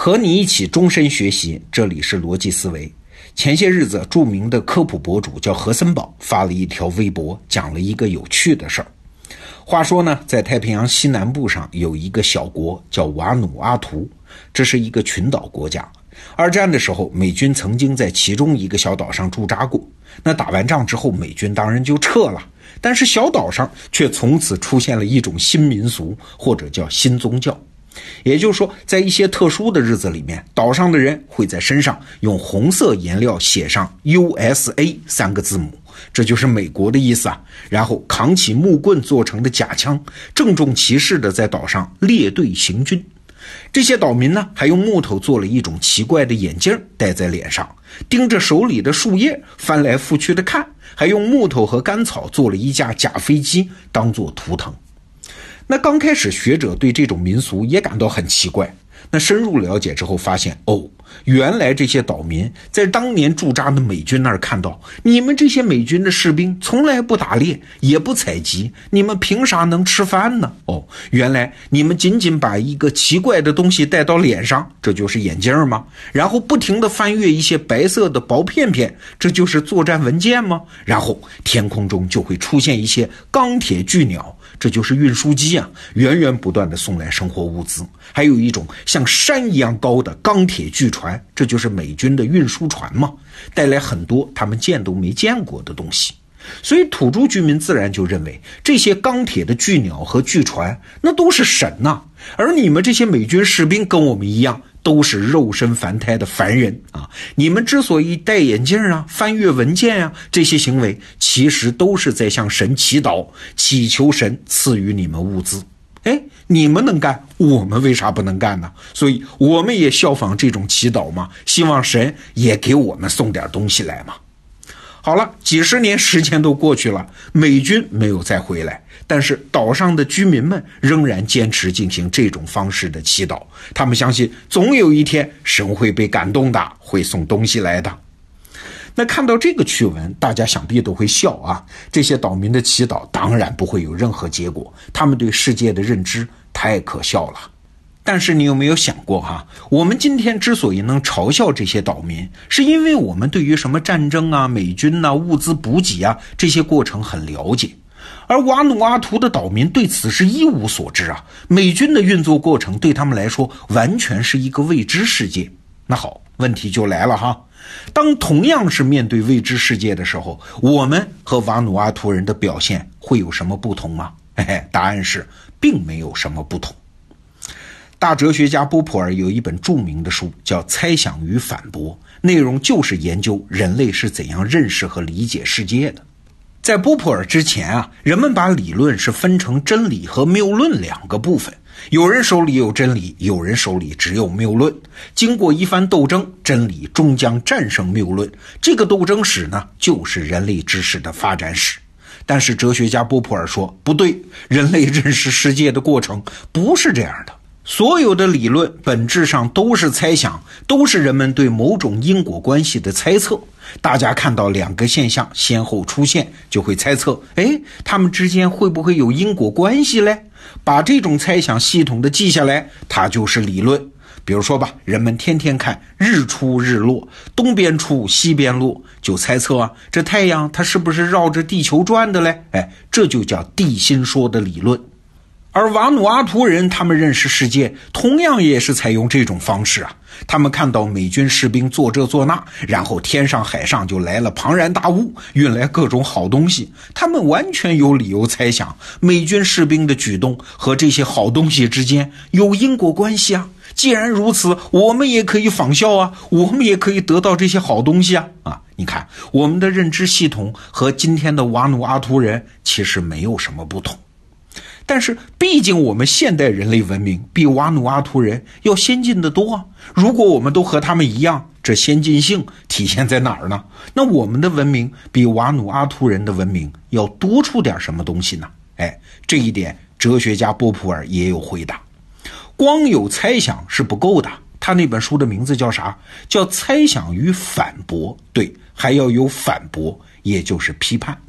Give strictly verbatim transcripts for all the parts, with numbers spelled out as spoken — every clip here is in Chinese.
和你一起终身学习，这里是逻辑思维。前些日子，著名的科普博主叫何森堡发了一条微博，讲了一个有趣的事儿。话说呢，在太平洋西南部上有一个小国叫瓦努阿图，这是一个群岛国家。二战的时候，美军曾经在其中一个小岛上驻扎过。那打完仗之后，美军当然就撤了，但是小岛上却从此出现了一种新民俗，或者叫新宗教。也就是说，在一些特殊的日子里面，岛上的人会在身上用红色颜料写上 U S A 三个字母，这就是美国的意思啊。然后扛起木棍做成的假枪，郑重其事的在岛上列队行军。这些岛民呢，还用木头做了一种奇怪的眼镜戴在脸上，盯着手里的树叶翻来覆去的看，还用木头和干草做了一架假飞机当作图腾。那刚开始学者对这种民俗也感到很奇怪，那深入了解之后发现，哦，原来这些岛民在当年驻扎的美军那儿看到，你们这些美军的士兵从来不打猎也不采集，你们凭啥能吃饭呢？哦，原来你们仅仅把一个奇怪的东西戴到脸上，这就是眼镜吗？然后不停地翻阅一些白色的薄片片，这就是作战文件吗？然后天空中就会出现一些钢铁巨鸟，这就是运输机啊，源源不断地送来生活物资。还有一种像山一样高的钢铁巨船，这就是美军的运输船嘛，带来很多他们见都没见过的东西。所以土著居民自然就认为这些钢铁的巨鸟和巨船那都是神呐、啊，而你们这些美军士兵跟我们一样都是肉身凡胎的凡人啊！你们之所以戴眼镜啊、翻阅文件啊，这些行为其实都是在向神祈祷，祈求神赐予你们物资。哎，你们能干，我们为啥不能干呢？所以我们也效仿这种祈祷嘛，希望神也给我们送点东西来嘛。好了，几十年时间都过去了，美军没有再回来，但是岛上的居民们仍然坚持进行这种方式的祈祷，他们相信总有一天神会被感动的，会送东西来的。那看到这个趣闻，大家想必都会笑啊！这些岛民的祈祷当然不会有任何结果，他们对世界的认知太可笑了。但是你有没有想过哈，我们今天之所以能嘲笑这些岛民，是因为我们对于什么战争啊、美军啊、物资补给啊这些过程很了解，而瓦努阿图的岛民对此是一无所知啊。美军的运作过程对他们来说完全是一个未知世界。那好，问题就来了哈，当同样是面对未知世界的时候，我们和瓦努阿图人的表现会有什么不同吗？嘿嘿，答案是并没有什么不同。大哲学家波普尔有一本著名的书叫《猜想与反驳》，内容就是研究人类是怎样认识和理解世界的。在波普尔之前啊，人们把理论是分成真理和谬论两个部分，有人手里有真理，有人手里只有谬论。经过一番斗争，真理终将战胜谬论。这个斗争史呢，就是人类知识的发展史。但是哲学家波普尔说，不对，人类认识世界的过程不是这样的。所有的理论本质上都是猜想，都是人们对某种因果关系的猜测。大家看到两个现象先后出现，就会猜测，诶，它们之间会不会有因果关系嘞？把这种猜想系统的记下来，它就是理论。比如说吧，人们天天看日出日落，东边出西边落，就猜测啊，这太阳它是不是绕着地球转的嘞？哎，这就叫地心说的理论。而瓦努阿图人他们认识世界同样也是采用这种方式啊，他们看到美军士兵做这做那，然后天上海上就来了庞然大物，运来各种好东西，他们完全有理由猜想美军士兵的举动和这些好东西之间有因果关系啊。既然如此，我们也可以仿效啊，我们也可以得到这些好东西啊啊！你看，我们的认知系统和今天的瓦努阿图人其实没有什么不同。但是毕竟我们现代人类文明比瓦努阿图人要先进得多啊，如果我们都和他们一样，这先进性体现在哪儿呢？那我们的文明比瓦努阿图人的文明要多出点什么东西呢？哎，这一点哲学家波普尔也有回答。光有猜想是不够的，他那本书的名字叫啥？叫猜想与反驳。对，还要有反驳，也就是批判。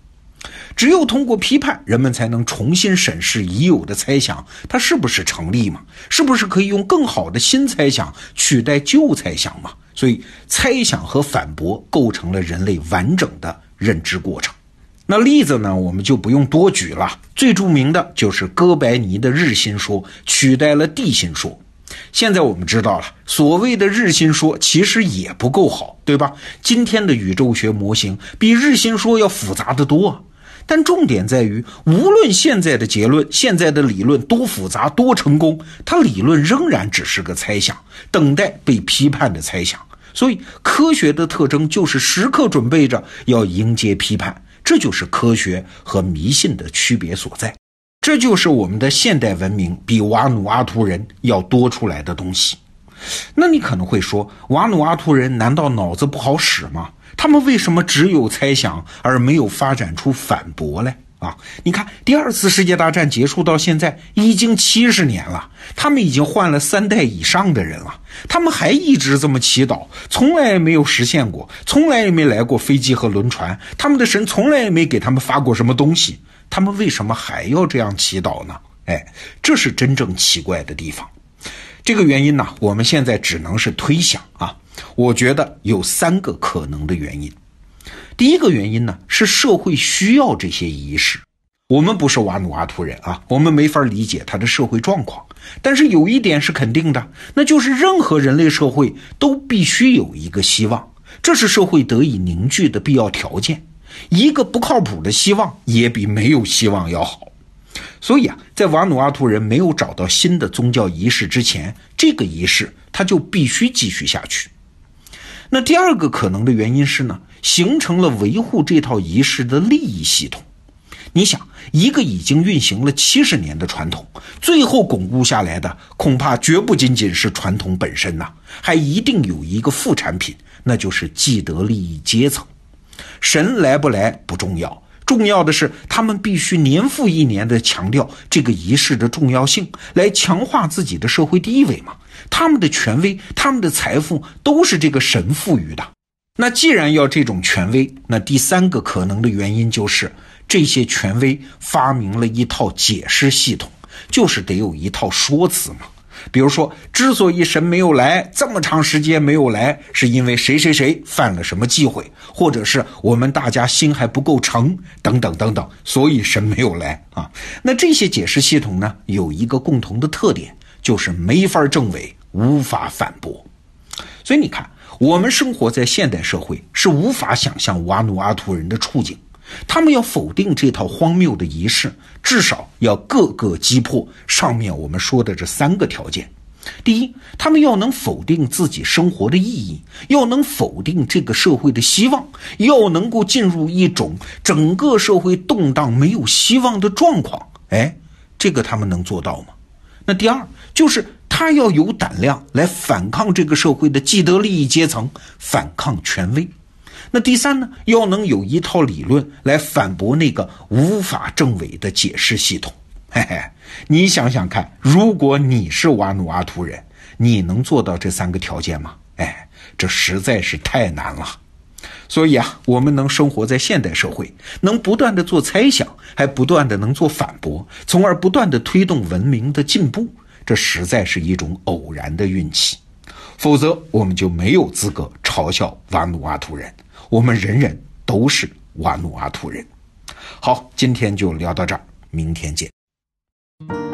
只有通过批判，人们才能重新审视已有的猜想，它是不是成立嘛？是不是可以用更好的新猜想取代旧猜想嘛？所以猜想和反驳构成了人类完整的认知过程。那例子呢，我们就不用多举了，最著名的就是哥白尼的日心说取代了地心说。现在我们知道了，所谓的日心说其实也不够好，对吧？今天的宇宙学模型比日心说要复杂得多啊。但重点在于，无论现在的结论、现在的理论多复杂、多成功，它理论仍然只是个猜想，等待被批判的猜想。所以科学的特征就是时刻准备着要迎接批判，这就是科学和迷信的区别所在。这就是我们的现代文明比瓦努阿图人要多出来的东西。那你可能会说，瓦努阿图人难道脑子不好使吗？他们为什么只有猜想而没有发展出反驳来啊？你看，第二次世界大战结束到现在已经七十年了，他们已经换了三代以上的人了，他们还一直这么祈祷，从来也没有实现过，从来也没来过飞机和轮船，他们的神从来也没给他们发过什么东西，他们为什么还要这样祈祷呢？哎，这是真正奇怪的地方。这个原因呢，我们现在只能是推想啊。我觉得有三个可能的原因。第一个原因呢，是社会需要这些仪式。我们不是瓦努阿图人啊，我们没法理解他的社会状况。但是有一点是肯定的，那就是任何人类社会都必须有一个希望，这是社会得以凝聚的必要条件。一个不靠谱的希望也比没有希望要好。所以啊，在瓦努阿图人没有找到新的宗教仪式之前，这个仪式它就必须继续下去。那第二个可能的原因是呢，形成了维护这套仪式的利益系统。你想，一个已经运行了七十年的传统，最后巩固下来的恐怕绝不仅仅是传统本身呐，还一定有一个副产品，那就是既得利益阶层。神来不来不重要，重要的是他们必须年复一年地强调这个仪式的重要性，来强化自己的社会地位嘛。他们的权威，他们的财富都是这个神赋予的。那既然要这种权威，那第三个可能的原因就是这些权威发明了一套解释系统，就是得有一套说辞嘛。比如说，之所以神没有来，这么长时间没有来，是因为谁谁谁犯了什么忌讳，或者是我们大家心还不够诚，等等等等，所以神没有来啊。那这些解释系统呢，有一个共同的特点，就是没法证伪，无法反驳。所以你看，我们生活在现代社会，是无法想象瓦努阿图人的处境。他们要否定这套荒谬的仪式，至少要各个击破上面我们说的这三个条件。第一，他们要能否定自己生活的意义，要能否定这个社会的希望，要能够进入一种整个社会动荡没有希望的状况。哎，这个他们能做到吗？那第二，就是他要有胆量来反抗这个社会的既得利益阶层，反抗权威。那第三呢，要能有一套理论来反驳那个无法证伪的解释系统。嘿嘿，你想想看，如果你是瓦努阿图人，你能做到这三个条件吗？哎，这实在是太难了。所以啊，我们能生活在现代社会，能不断的做猜想，还不断的能做反驳，从而不断的推动文明的进步，这实在是一种偶然的运气。否则我们就没有资格嘲笑瓦努阿图人，我们人人都是瓦努阿图人。好，今天就聊到这儿，明天见。